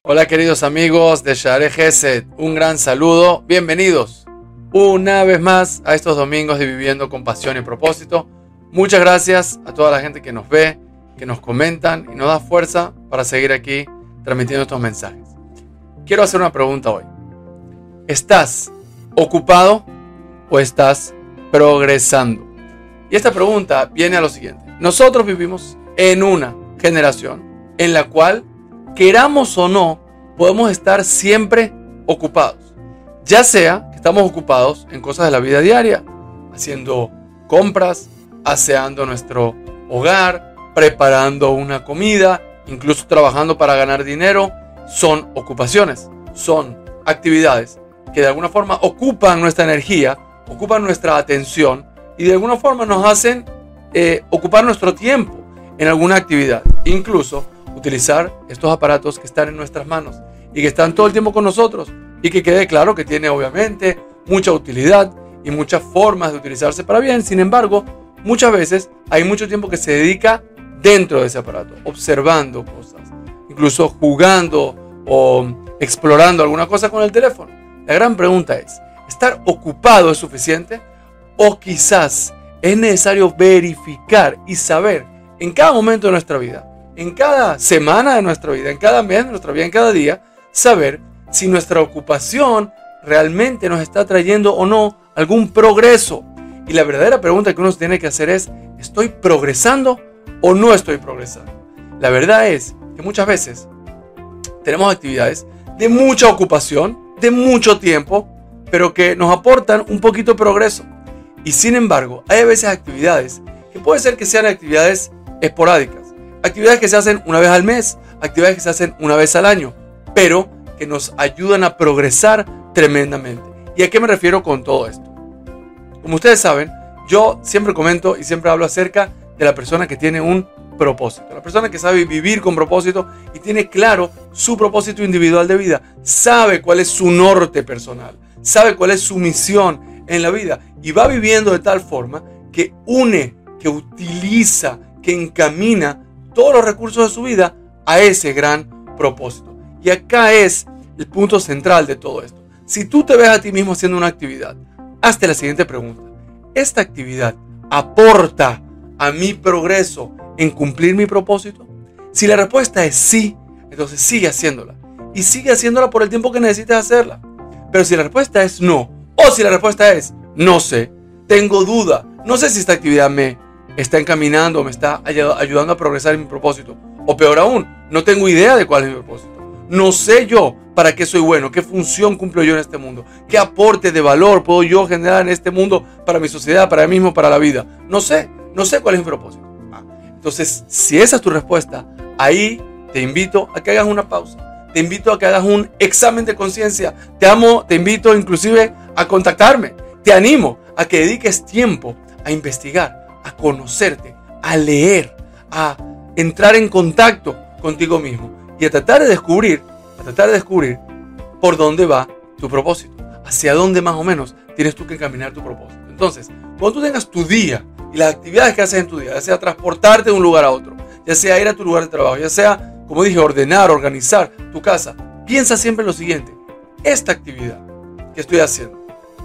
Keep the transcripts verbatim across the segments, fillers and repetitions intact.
Hola queridos amigos de Shaarei Gesed, un gran saludo, bienvenidos una vez más a estos domingos de Viviendo con Pasión y Propósito. Muchas gracias a toda la gente que nos ve, que nos comentan y nos da fuerza para seguir aquí transmitiendo estos mensajes. Quiero hacer una pregunta hoy. ¿Estás ocupado o estás progresando? Y esta pregunta viene a lo siguiente. Nosotros vivimos en una generación en la cual, queramos o no, podemos estar siempre ocupados. Ya sea que estamos ocupados en cosas de la vida diaria, haciendo compras, aseando nuestro hogar, preparando una comida, incluso trabajando para ganar dinero. Son ocupaciones, son actividades que de alguna forma ocupan nuestra energía, ocupan nuestra atención y de alguna forma nos hacen eh, ocupar nuestro tiempo en alguna actividad. Incluso utilizar estos aparatos que están en nuestras manos y que están todo el tiempo con nosotros y que quede claro que tiene obviamente mucha utilidad y muchas formas de utilizarse para bien. Sin embargo, muchas veces hay mucho tiempo que se dedica dentro de ese aparato, observando cosas, incluso jugando o explorando alguna cosa con el teléfono. La gran pregunta es, ¿estar ocupado es suficiente? ¿O quizás es necesario verificar y saber en cada momento de nuestra vida, en cada semana de nuestra vida, en cada mes de nuestra vida, en cada día, saber si nuestra ocupación realmente nos está trayendo o no algún progreso? Y la verdadera pregunta que uno tiene que hacer es, ¿estoy progresando o no estoy progresando? La verdad es que muchas veces tenemos actividades de mucha ocupación, de mucho tiempo, pero que nos aportan un poquito de progreso. Y sin embargo, hay a veces actividades que puede ser que sean actividades esporádicas, actividades que se hacen una vez al mes, actividades que se hacen una vez al año, pero que nos ayudan a progresar tremendamente. ¿Y a qué me refiero con todo esto? Como ustedes saben, yo siempre comento y siempre hablo acerca de la persona que tiene un propósito, la persona que sabe vivir con propósito y tiene claro su propósito individual de vida, sabe cuál es su norte personal, sabe cuál es su misión en la vida y va viviendo de tal forma que une, que utiliza, que encamina todos los recursos de su vida a ese gran propósito. Y acá es el punto central de todo esto. Si tú te ves a ti mismo haciendo una actividad, hazte la siguiente pregunta. ¿Esta actividad aporta a mi progreso en cumplir mi propósito? Si la respuesta es sí, entonces sigue haciéndola. Y sigue haciéndola por el tiempo que necesites hacerla. Pero si la respuesta es no, o si la respuesta es no sé, tengo duda, no sé si esta actividad me está encaminando o me está ayudando a progresar en mi propósito, o peor aún, no tengo idea de cuál es mi propósito, no sé yo para qué soy bueno, qué función cumplo yo en este mundo, qué aporte de valor puedo yo generar en este mundo para mi sociedad, para mí mismo, para la vida, no sé, no sé cuál es mi propósito. Ah, entonces, si esa es tu respuesta, ahí te invito a que hagas una pausa, te invito a que hagas un examen de conciencia, te amo, te invito inclusive a contactarme, te animo a que dediques tiempo a investigar, a conocerte, a leer, a entrar en contacto contigo mismo y a tratar de descubrir, a tratar de descubrir por dónde va tu propósito, hacia dónde más o menos tienes tú que encaminar tu propósito. Entonces, cuando tú tengas tu día y las actividades que haces en tu día, ya sea transportarte de un lugar a otro, ya sea ir a tu lugar de trabajo, ya sea, como dije, ordenar, organizar tu casa, piensa siempre en lo siguiente: esta actividad que estoy haciendo,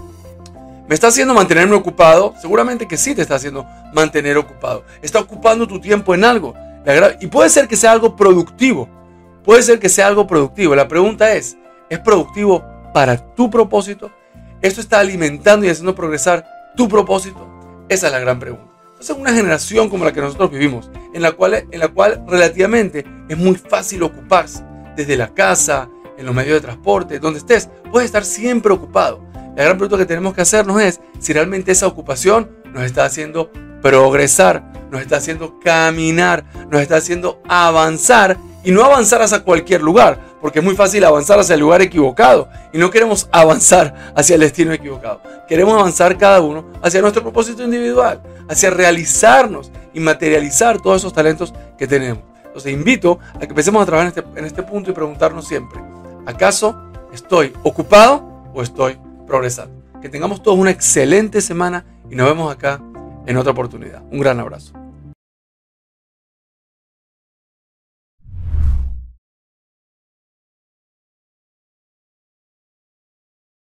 ¿me está haciendo mantenerme ocupado? Seguramente que sí te está haciendo mantener ocupado. Está ocupando tu tiempo en algo. Y puede ser que sea algo productivo. Puede ser que sea algo productivo. La pregunta es, ¿es productivo para tu propósito? ¿Esto está alimentando y haciendo progresar tu propósito? Esa es la gran pregunta. Entonces, una generación como la que nosotros vivimos, en la cual, en la cual relativamente es muy fácil ocuparse. Desde la casa, en los medios de transporte, donde estés, puedes estar siempre ocupado. La gran pregunta que tenemos que hacernos es si realmente esa ocupación nos está haciendo progresar, nos está haciendo caminar, nos está haciendo avanzar y no avanzar hacia cualquier lugar, porque es muy fácil avanzar hacia el lugar equivocado y no queremos avanzar hacia el destino equivocado. Queremos avanzar cada uno hacia nuestro propósito individual, hacia realizarnos y materializar todos esos talentos que tenemos. Entonces invito a que empecemos a trabajar en este, en este punto y preguntarnos siempre, ¿acaso estoy ocupado o estoy progresando? Que tengamos todos una excelente semana y nos vemos acá en otra oportunidad. Un gran abrazo.